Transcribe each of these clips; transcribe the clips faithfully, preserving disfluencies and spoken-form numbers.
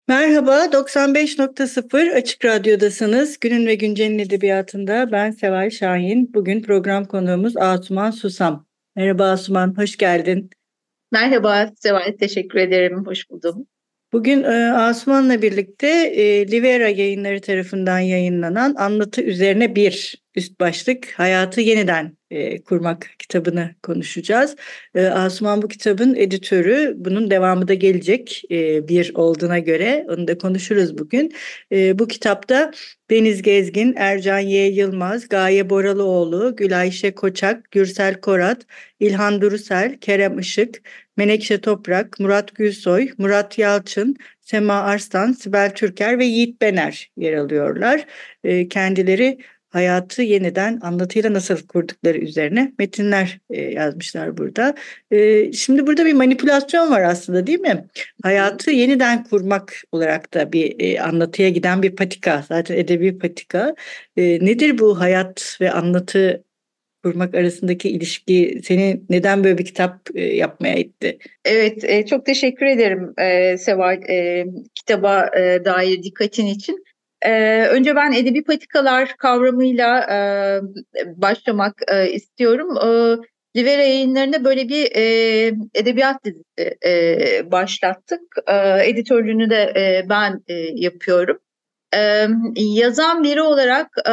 Merhaba, doksan beş nokta sıfır Açık Radyo'dasınız. Günün ve Güncel'in edebiyatında ben Seval Şahin. Bugün program konuğumuz Asuman Susam. Merhaba Asuman, hoş geldin. Merhaba Seval, teşekkür ederim. Hoş buldum. Bugün e, Asuman'la birlikte e, Livera Yayınları tarafından yayınlanan Anlatı Üzerine Bir üst başlık Hayatı Yeniden e, Kurmak kitabını konuşacağız. E, Asuman bu kitabın editörü, bunun devamı da gelecek e, bir olduğuna göre onu da konuşuruz bugün. E, bu kitapta Deniz Gezgin, Ercan Y. Yılmaz, Gaye Boralıoğlu, Gülayşe Koçak, Gürsel Korat, İlhan Durusel, Kerem Işık, Menekşe Toprak, Murat Gülsoy, Murat Yalçın, Sema Arslan, Sibel Türker ve Yiğit Bener yer alıyorlar. E, kendileri hayatı yeniden anlatıyla nasıl kurdukları üzerine metinler e, yazmışlar burada. E, şimdi burada bir manipülasyon var aslında, değil mi? Hayatı yeniden kurmak olarak da bir e, anlatıya giden bir patika, zaten edebi patika. E, nedir bu hayat ve anlatı kurmak arasındaki ilişki, seni neden böyle bir kitap e, yapmaya itti? Evet, e, çok teşekkür ederim e, Seval, e, kitaba e, dair dikkatin için. E, önce ben edebi patikalar kavramıyla e, başlamak e, istiyorum. E, Livera Yayınları'nda böyle bir e, edebiyat dizisi e, başlattık. E, editörlüğünü de e, ben e, yapıyorum. Ee, yazan biri olarak e,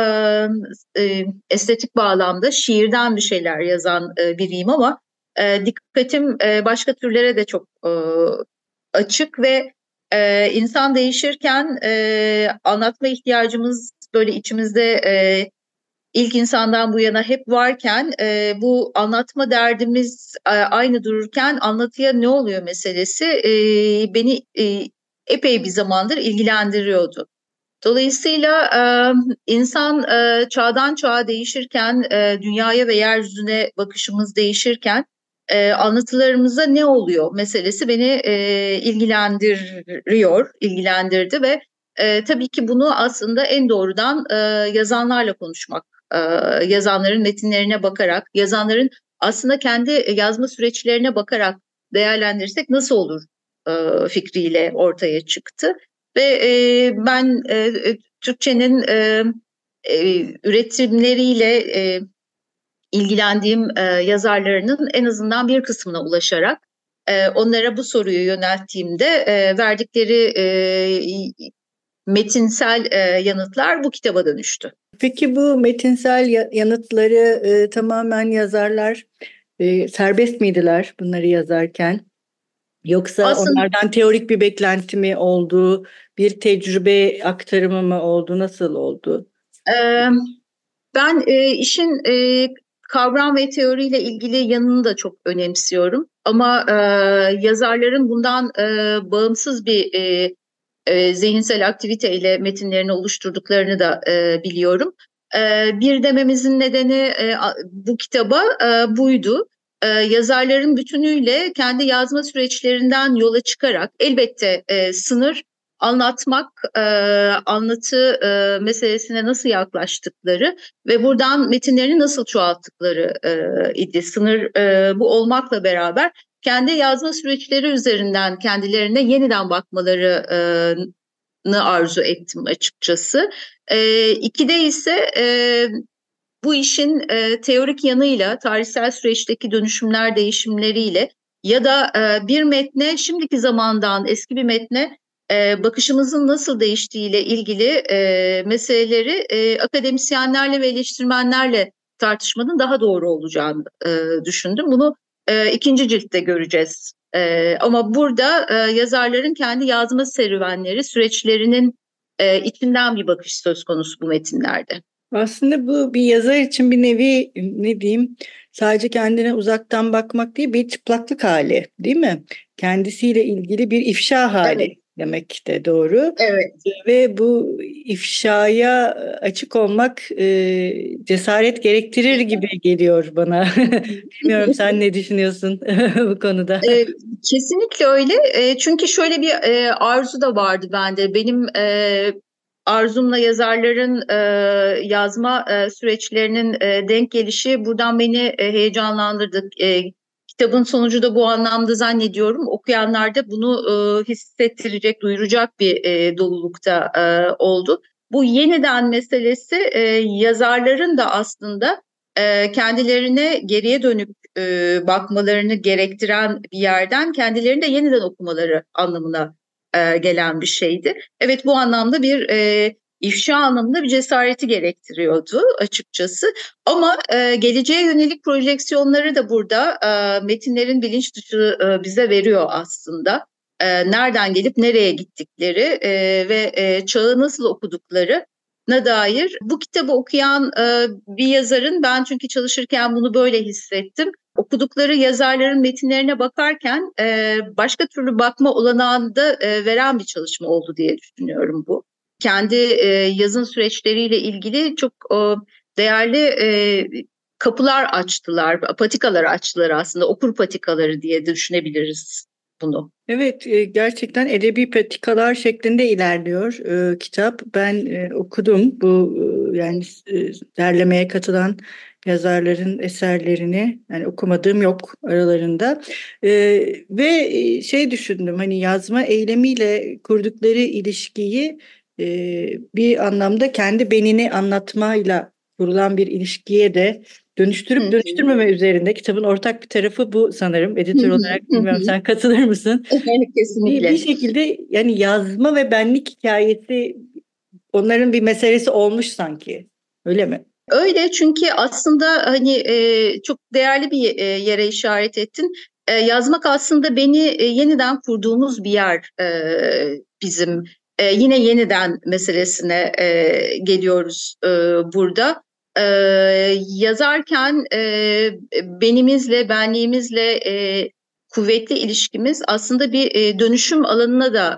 e, estetik bağlamda şiirden bir şeyler yazan e, biriyim ama e, dikkatim e, başka türlere de çok e, açık ve e, insan değişirken e, anlatma ihtiyacımız böyle içimizde e, ilk insandan bu yana hep varken e, bu anlatma derdimiz e, aynı dururken anlatıya ne oluyor meselesi e, beni e, epey bir zamandır ilgilendiriyordu. Dolayısıyla e, insan e, çağdan çağa değişirken, e, dünyaya ve yeryüzüne bakışımız değişirken e, anlatılarımıza ne oluyor meselesi beni e, ilgilendiriyor, ilgilendirdi ve e, tabii ki bunu aslında en doğrudan e, yazanlarla konuşmak, e, yazanların metinlerine bakarak, yazanların aslında kendi yazma süreçlerine bakarak değerlendirirsek nasıl olur e, fikriyle ortaya çıktı. Ve e, ben e, e, Türkçenin e, e, üretimleriyle e, ilgilendiğim e, yazarlarının en azından bir kısmına ulaşarak e, onlara bu soruyu yönelttiğimde e, verdikleri e, metinsel e, yanıtlar bu kitaba dönüştü. Peki bu metinsel ya- yanıtları e, tamamen yazarlar e, serbest miydiler bunları yazarken? Yoksa Aslında onlardan teorik bir beklenti mi oldu, bir tecrübe aktarımı mı oldu, nasıl oldu? e, ben e, işin e, kavram ve teoriyle ilgili yanını da çok önemsiyorum. Ama e, yazarların bundan e, bağımsız bir e, e, zihinsel aktiviteyle metinlerini oluşturduklarını da e, biliyorum. E, bir dememizin nedeni e, bu kitaba e, buydu. E, yazarların bütünüyle kendi yazma süreçlerinden yola çıkarak elbette e, sınır anlatmak, e, anlatı e, meselesine nasıl yaklaştıkları ve buradan metinlerini nasıl çoğalttıkları e, idi. Sınır e, bu olmakla beraber kendi yazma süreçleri üzerinden kendilerine yeniden bakmaları e, arzu ettim açıkçası. E, ikide ise e, bu işin e, teorik yanıyla, tarihsel süreçteki dönüşümler, değişimleriyle ya da e, bir metne, şimdiki zamandan eski bir metne e, bakışımızın nasıl değiştiğiyle ilgili e, meseleleri e, akademisyenlerle ve eleştirmenlerle tartışmanın daha doğru olacağını e, düşündüm. Bunu e, ikinci ciltte göreceğiz. E, ama burada e, yazarların kendi yazma serüvenleri, süreçlerinin e, içinden bir bakış söz konusu bu metinlerde. Aslında bu bir yazar için bir nevi, ne diyeyim, sadece kendine uzaktan bakmak değil, bir çıplaklık hali, değil mi? Kendisiyle ilgili bir ifşa hali Evet, demek de doğru. evet. Ve bu ifşaya açık olmak e, cesaret gerektirir gibi geliyor bana. Bilmiyorum, sen ne düşünüyorsun bu konuda? E, Kesinlikle öyle. E, çünkü şöyle bir e, arzu da vardı bende. Benim e, arzumla yazarların e, yazma e, süreçlerinin e, denk gelişi buradan beni e, heyecanlandırdı. E, kitabın sonucu da bu anlamda zannediyorum okuyanlarda bunu e, hissettirecek, duyuracak bir e, dolulukta e, oldu. Bu yeniden meselesi e, yazarların da aslında e, kendilerine geriye dönük e, bakmalarını gerektiren bir yerden kendilerini de yeniden okumaları anlamına e, gelen bir şeydi. Evet, bu anlamda bir e, ifşa anlamında bir cesareti gerektiriyordu açıkçası. Ama e, geleceğe yönelik projeksiyonları da burada e, metinlerin bilinç dışı e, bize veriyor aslında. E, nereden gelip nereye gittikleri e, ve e, çağı nasıl okuduklarına dair bu kitabı okuyan e, bir yazarın, ben çünkü çalışırken bunu böyle hissettim. Okudukları yazarların metinlerine bakarken e, başka türlü bakma olanağını da e, veren bir çalışma oldu diye düşünüyorum bu. Kendi e, yazın süreçleriyle ilgili çok e, değerli e, kapılar açtılar, patikalar açtılar aslında, okur patikaları diye düşünebiliriz bunu. Evet, e, gerçekten edebi patikalar şeklinde ilerliyor e, kitap. Ben e, okudum bu e, yani e, derlemeye katılan yazarların eserlerini. Yani okumadığım yok aralarında. E, ve e, şey düşündüm, hani yazma eylemiyle kurdukları ilişkiyi e, bir anlamda kendi benini anlatmayla kurulan bir ilişkiye de Hı dönüştürüp hı. dönüştürmeme üzerinde. Kitabın ortak bir tarafı bu sanırım. Hı Editör hı, olarak hı bilmiyorum, hı. sen katılır mısın? Bir, bir Kesinlikle. şekilde yani yazma ve benlik hikayesi onların bir meselesi olmuş sanki. Öyle mi? Öyle, çünkü aslında hani e, çok değerli bir e, yere işaret ettin. E, yazmak aslında beni e, yeniden kurduğumuz bir yer e, bizim. E, yine yeniden meselesine e, geliyoruz e, burada. E, Yazarken e, benimizle, benliğimizle e, kuvvetli ilişkimiz aslında bir e, dönüşüm alanına da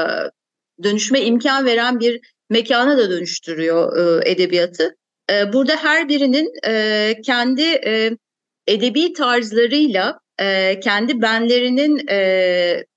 e, dönüşme imkan veren bir mekana da dönüştürüyor e, edebiyatı. E, burada her birinin e, kendi e, edebi tarzlarıyla e, kendi benlerinin e,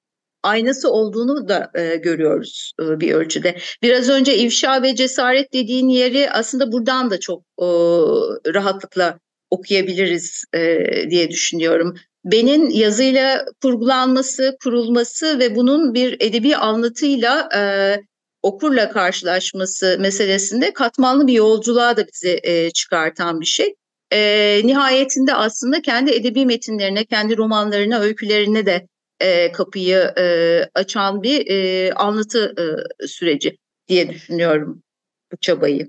aynası olduğunu da e, görüyoruz e, bir ölçüde. Biraz önce ifşa ve cesaret dediğin yeri aslında buradan da çok e, rahatlıkla okuyabiliriz e, diye düşünüyorum. Benin yazıyla kurgulanması, kurulması ve bunun bir edebi anlatıyla e, okurla karşılaşması meselesinde katmanlı bir yolculuğa da bizi e, çıkartan bir şey. E, nihayetinde aslında kendi edebi metinlerine, kendi romanlarına, öykülerine de e, kapıyı e, açan bir e, anlatı e, süreci diye düşünüyorum bu çabayı.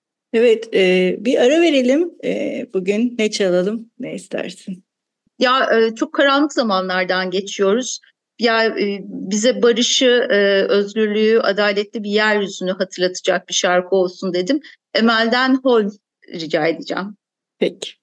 Evet, e, bir ara verelim. E, bugün ne çalalım, ne istersin? Ya e, çok karanlık zamanlardan geçiyoruz. Ya e, bize barışı, e, özgürlüğü, adaletli bir yeryüzünü hatırlatacak bir şarkı olsun dedim. Emel'den Hol rica edeceğim. Peki.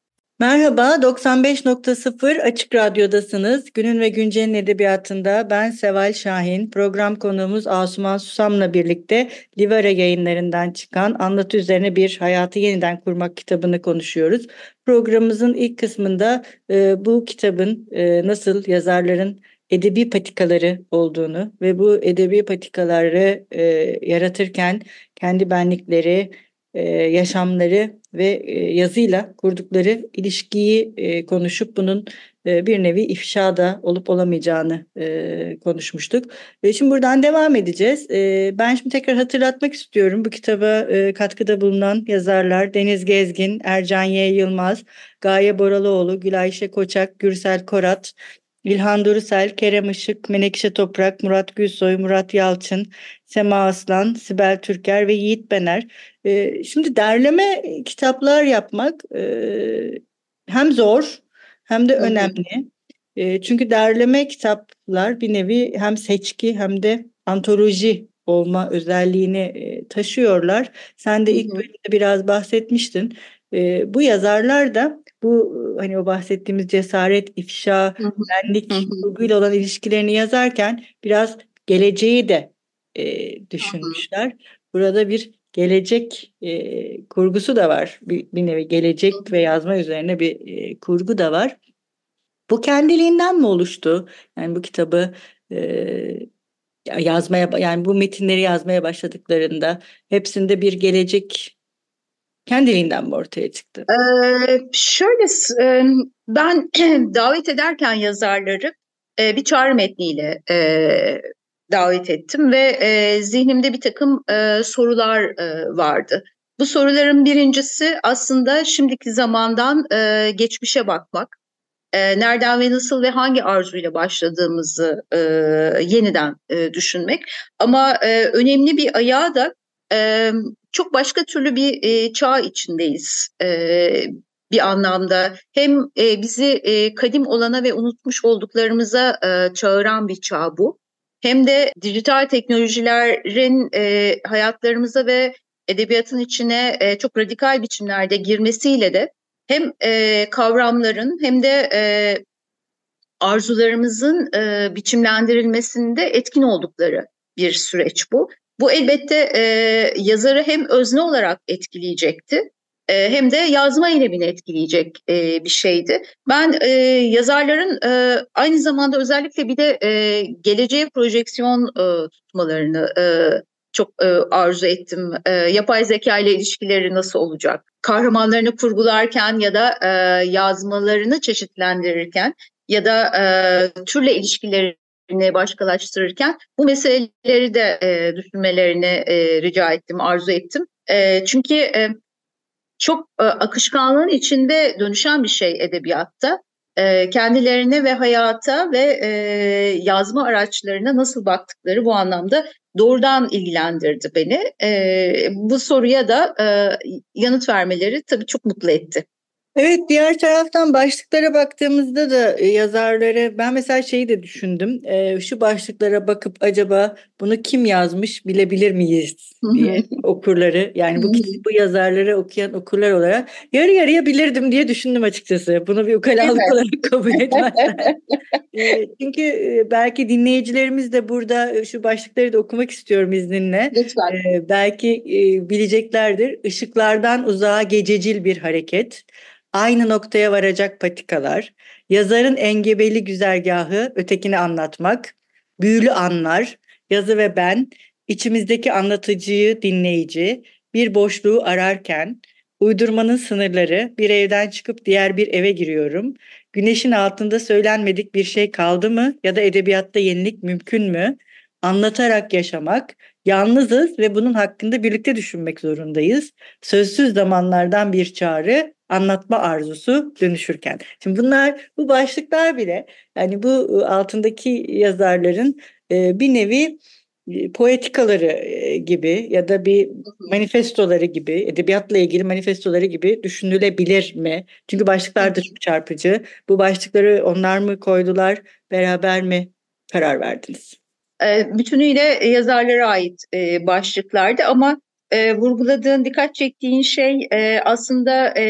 Merhaba, doksan beş nokta sıfır Açık Radyo'dasınız. Günün ve Güncel'in edebiyatında ben Seval Şahin. Program konuğumuz Asuman Susam'la birlikte Livara yayınlarından çıkan Anlatı Üzerine Bir Hayatı Yeniden Kurmak kitabını konuşuyoruz. Programımızın ilk kısmında e, bu kitabın e, nasıl yazarların edebi patikaları olduğunu ve bu edebi patikaları e, yaratırken kendi benlikleri, e, yaşamları ve e, yazıyla kurdukları ilişkiyi e, konuşup bunun e, bir nevi ifşada olup olamayacağını e, konuşmuştuk. Ve şimdi buradan devam edeceğiz. E, ben şimdi tekrar hatırlatmak istiyorum. Bu kitaba e, katkıda bulunan yazarlar Deniz Gezgin, Ercan Y. Yılmaz, Gaye Boralıoğlu, Gülayşe Koçak, Gürsel Korat, İlhan Durusel, Kerem Işık, Menekşe Toprak, Murat Gülsoy, Murat Yalçın, Sema Aslan, Sibel Türker ve Yiğit Bener. Ee, şimdi derleme kitaplar yapmak e, hem zor hem de Hı hı. önemli. E, çünkü derleme kitaplar bir nevi hem seçki hem de antoloji olma özelliğini e, taşıyorlar. Sen de Hı ilk hı. bölümde biraz bahsetmiştin. E, bu yazarlar da bu hani o bahsettiğimiz cesaret, ifşa, Hı hı. Hı benlik hı. kurguyla olan ilişkilerini yazarken biraz geleceği de e, Hı hı. düşünmüşler. Burada bir gelecek e, kurgusu da var. Bir, bir nevi gelecek ve yazma üzerine bir e, kurgu da var. Bu kendiliğinden mi oluştu? Yani bu kitabı e, yazmaya, yani bu metinleri yazmaya başladıklarında hepsinde bir gelecek kendiliğinden mi ortaya çıktı? Ee, şöyle, Ben davet ederken yazarları e, bir çağrı metniyle e, davet ettim ve e, zihnimde bir takım e, sorular e, vardı. Bu soruların birincisi aslında şimdiki zamandan e, geçmişe bakmak. E, nereden ve nasıl ve hangi arzuyla başladığımızı e, yeniden e, düşünmek. Ama e, önemli bir ayağı da e, çok başka türlü bir e, çağ içindeyiz. E, bir anlamda hem e, bizi e, kadim olana ve unutmuş olduklarımıza e, çağıran bir çağ bu. Hem de dijital teknolojilerin e, hayatlarımıza ve edebiyatın içine e, çok radikal biçimlerde girmesiyle de hem e, kavramların hem de e, arzularımızın e, biçimlendirilmesinde etkin oldukları bir süreç bu. Bu elbette e, yazarı hem özne olarak etkileyecekti e, hem de yazma eylemini etkileyecek e, bir şeydi. Ben e, yazarların e, aynı zamanda özellikle bir de e, geleceğe projeksiyon e, tutmalarını e, çok e, arzu ettim. E, yapay zeka ile ilişkileri nasıl olacak? Kahramanlarını kurgularken ya da e, yazmalarını çeşitlendirirken ya da e, türle ilişkilerini başkalaştırırken bu meseleleri de e, düşünmelerini e, rica ettim, arzu ettim. E, çünkü e, çok e, akışkanlığın içinde dönüşen bir şey edebiyatta. E, kendilerine ve hayata ve e, yazma araçlarına nasıl baktıkları bu anlamda doğrudan ilgilendirdi beni. E, bu soruya da e, yanıt vermeleri tabii çok mutlu etti. Evet, diğer taraftan başlıklara baktığımızda da e, yazarları ben mesela şeyi de düşündüm. E, şu başlıklara bakıp acaba bunu kim yazmış bilebilir miyiz diye okurları, yani bu bu yazarları okuyan okurlar olarak yarı yarıya bilirdim diye düşündüm açıkçası. Bunu bir ukalalık Evet. olarak kabul etmezler. E, çünkü e, belki dinleyicilerimiz de burada e, şu başlıkları da okumak istiyorum izninle. Lütfen. E, belki e, bileceklerdir. Işıklardan uzağa gececil bir hareket. Aynı noktaya varacak patikalar, yazarın engebeli güzergahı ötekini anlatmak, büyülü anlar, yazı ve ben, içimizdeki anlatıcıyı dinleyici, bir boşluğu ararken, uydurmanın sınırları, bir evden çıkıp diğer bir eve giriyorum, güneşin altında söylenmedik bir şey kaldı mı ya da edebiyatta yenilik mümkün mü? Anlatarak yaşamak, yalnızız ve bunun hakkında birlikte düşünmek zorundayız. Sözsüz zamanlardan bir çağrı, anlatma arzusu dönüşürken. Şimdi bunlar, bu başlıklar bile, yani bu altındaki yazarların e, bir nevi e, poetikaları e, gibi ya da bir manifestoları gibi, edebiyatla ilgili manifestoları gibi düşünülebilir mi? Çünkü başlıklar da çok çarpıcı. Bu başlıkları onlar mı koydular, beraber mi karar verdiniz? E, bütünüyle yazarlara ait e, başlıklardı ama e, vurguladığın, dikkat çektiğin şey e, aslında e,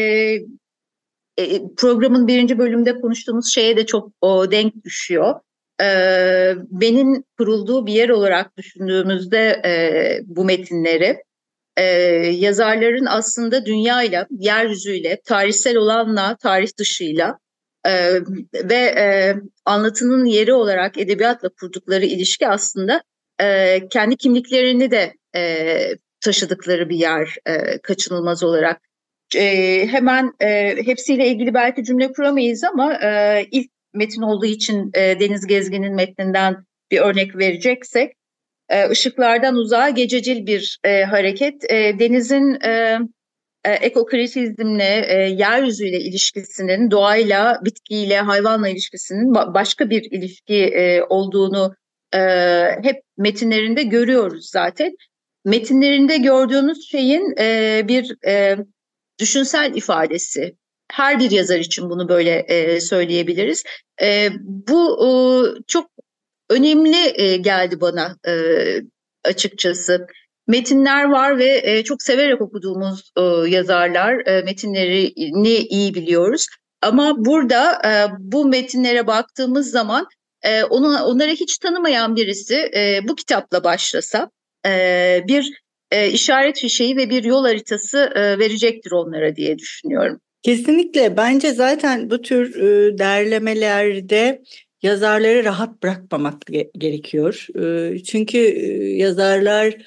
e, programın birinci bölümünde konuştuğumuz şeye de çok o, denk düşüyor. E, benim kurulduğu bir yer olarak düşündüğümüzde e, bu metinleri e, yazarların aslında dünyayla, yeryüzüyle, tarihsel olanla, tarih dışıyla e, ve e, anlatının yeri olarak edebiyatla kurdukları ilişki aslında e, kendi kimliklerini de e, taşıdıkları bir yer e, kaçınılmaz olarak. E, hemen e, hepsiyle ilgili belki cümle kuramayız ama e, ilk metin olduğu için e, Deniz Gezgin'in metninden bir örnek vereceksek, e, ışıklardan uzağa gececil bir e, hareket. E, denizin e, e, ekokritizmle, e, yeryüzüyle ilişkisinin, doğayla, bitkiyle, hayvanla ilişkisinin ba- başka bir ilişki e, olduğunu e, hep metinlerinde görüyoruz zaten. Metinlerinde gördüğünüz şeyin e, bir e, düşünsel ifadesi. Her bir yazar için bunu böyle e, söyleyebiliriz. E, bu e, çok önemli e, geldi bana e, açıkçası. Metinler var ve e, çok severek okuduğumuz e, yazarlar, e, metinlerini iyi biliyoruz. Ama burada e, bu metinlere baktığımız zaman e, onu, onları hiç tanımayan birisi e, bu kitapla başlasa e, bir e, işaret fişeği ve bir yol haritası e, verecektir onlara diye düşünüyorum. Kesinlikle. Bence zaten bu tür e, derlemelerde yazarları rahat bırakmamak ge- gerekiyor. E, çünkü e, yazarlar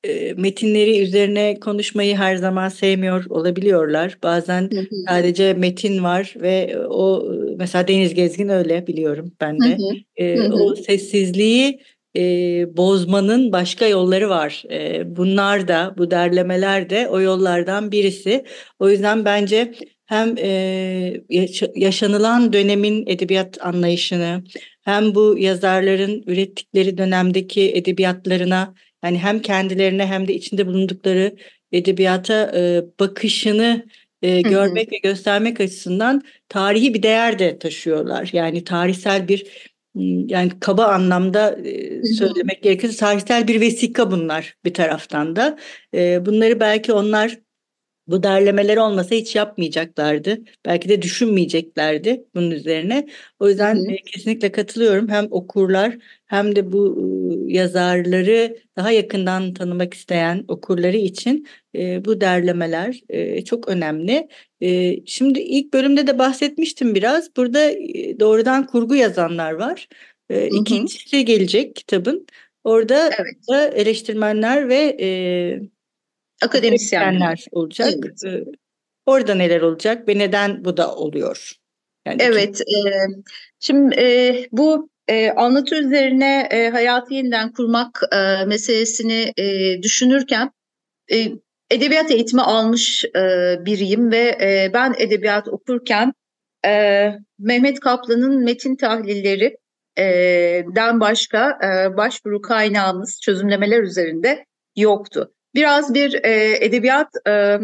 e, metinleri üzerine konuşmayı her zaman sevmiyor olabiliyorlar. Bazen Hı hı, sadece metin var ve o mesela Deniz Gezgin öyle biliyorum ben hı de. hı, hı E, o hı, sessizliği e, bozmanın başka yolları var. E, bunlar da bu derlemeler de o yollardan birisi. O yüzden bence hem e, yaşa- yaşanılan dönemin edebiyat anlayışını hem bu yazarların ürettikleri dönemdeki edebiyatlarına yani hem kendilerine hem de içinde bulundukları edebiyata e, bakışını e, hı hı, görmek ve göstermek açısından tarihi bir değer de taşıyorlar. Yani tarihsel bir m, yani kaba anlamda e, hı hı. söylemek gerekirse tarihsel bir vesika bunlar bir taraftan da. E, bunları belki onlar bu derlemeler olmasa hiç yapmayacaklardı. Belki de düşünmeyeceklerdi bunun üzerine. O Hı yüzden hı. e, kesinlikle katılıyorum. Hem okurlar hem de bu e, yazarları daha yakından tanımak isteyen okurları için e, bu derlemeler e, çok önemli. E, şimdi ilk bölümde de bahsetmiştim biraz. Burada e, doğrudan kurgu yazanlar var. E, Hı hı. ikincisi gelecek kitabın. Orada Evet, da eleştirmenler ve e, akademisyenler. akademisyenler olacak. Evet. Ee, orada neler olacak ve neden bu da oluyor? Yani iki. Evet, e, şimdi e, bu e, anlatı üzerine e, hayatı yeniden kurmak e, meselesini e, düşünürken e, edebiyat eğitimi almış e, biriyim ve e, ben edebiyat okurken e, Mehmet Kaplan'ın metin tahlilleri e, den başka e, başvuru kaynağımız çözümlemeler üzerinde yoktu. Biraz bir e, edebiyat e,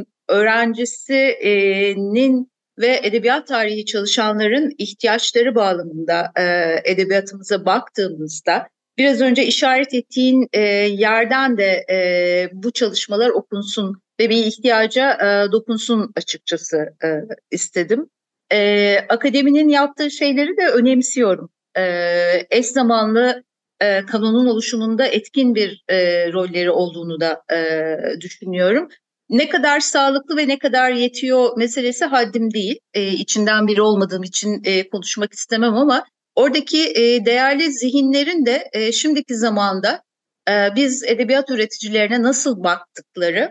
öğrencisinin ve edebiyat tarihi çalışanların ihtiyaçları bağlamında e, edebiyatımıza baktığımızda biraz önce işaret ettiğin e, yerden de e, bu çalışmalar okunsun ve bir ihtiyaca e, dokunsun açıkçası e, istedim. E, akademinin yaptığı şeyleri de önemsiyorum. E, eş zamanlı e, kanonun oluşumunda etkin bir e, rolleri olduğunu da e, düşünüyorum. Ne kadar sağlıklı ve ne kadar yetiyor meselesi haddim değil. E, içinden biri olmadığım için e, konuşmak istemem ama oradaki e, değerli zihinlerin de e, şimdiki zamanda e, biz edebiyat üreticilerine nasıl baktıkları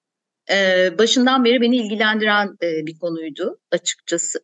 e, başından beri beni ilgilendiren e, bir konuydu açıkçası.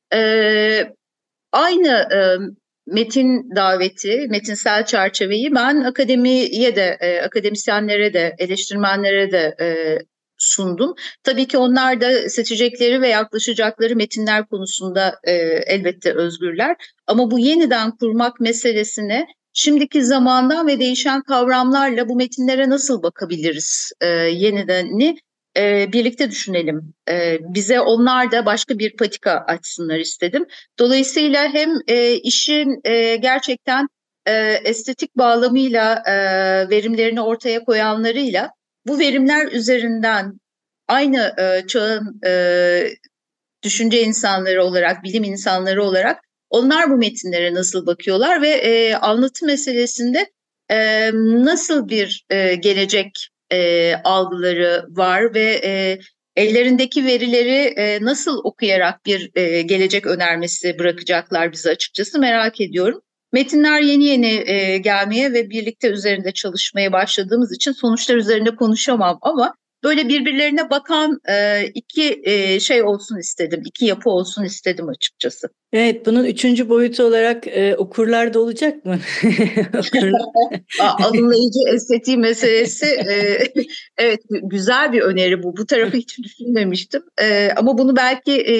E, Aynı e, metin daveti, metinsel çerçeveyi ben akademiye de, e, akademisyenlere de, eleştirmenlere de e, sundum. Tabii ki onlar da seçecekleri ve yaklaşacakları metinler konusunda e, elbette özgürler. Ama bu yeniden kurmak meselesine şimdiki zamandan ve değişen kavramlarla bu metinlere nasıl bakabiliriz e, yenideni e, birlikte düşünelim. E, bize onlar da başka bir patika açsınlar istedim. Dolayısıyla hem e, işin e, gerçekten e, estetik bağlamıyla e, verimlerini ortaya koyanlarıyla bu verimler üzerinden aynı e, çağın e, düşünce insanları olarak, bilim insanları olarak onlar bu metinlere nasıl bakıyorlar ve e, anlatı meselesinde e, nasıl bir e, gelecek e, algıları var ve e, ellerindeki verileri e, nasıl okuyarak bir e, gelecek önermesi bırakacaklar bize açıkçası merak ediyorum. Metinler yeni yeni e, gelmeye ve birlikte üzerinde çalışmaya başladığımız için sonuçlar üzerinde konuşamam ama böyle birbirlerine bakan e, iki e, şey olsun istedim, iki yapı olsun istedim açıkçası. Evet, bunun üçüncü boyutu olarak e, okurlar da olacak mı? Okurlar. Alımlayıcı estetiği meselesi, e, evet güzel bir öneri bu. Bu tarafı hiç düşünmemiştim. E, ama bunu belki e,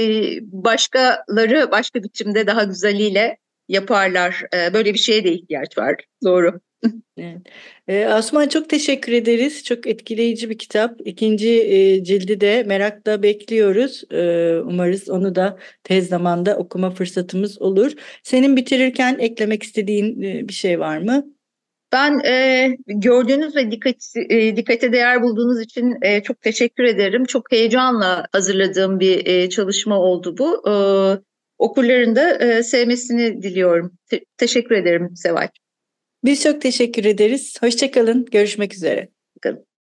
başkaları başka biçimde daha güzeliyle yaparlar. E, böyle bir şeye de ihtiyaç var. Doğru. Evet. E, Asuman çok teşekkür ederiz. Çok etkileyici bir kitap. İkinci e, cildi de merakla bekliyoruz. E, umarız onu da tez zamanda okuma fırsatımız olur. Senin bitirirken eklemek istediğin e, bir şey var mı? Ben e, gördüğünüz ve dikkat, e, dikkate değer bulduğunuz için e, çok teşekkür ederim. Çok heyecanla hazırladığım bir e, çalışma oldu bu. E, okurların da e, sevmesini diliyorum. Te- teşekkür ederim Seval. Biz çok teşekkür ederiz. Hoşça kalın. Görüşmek üzere.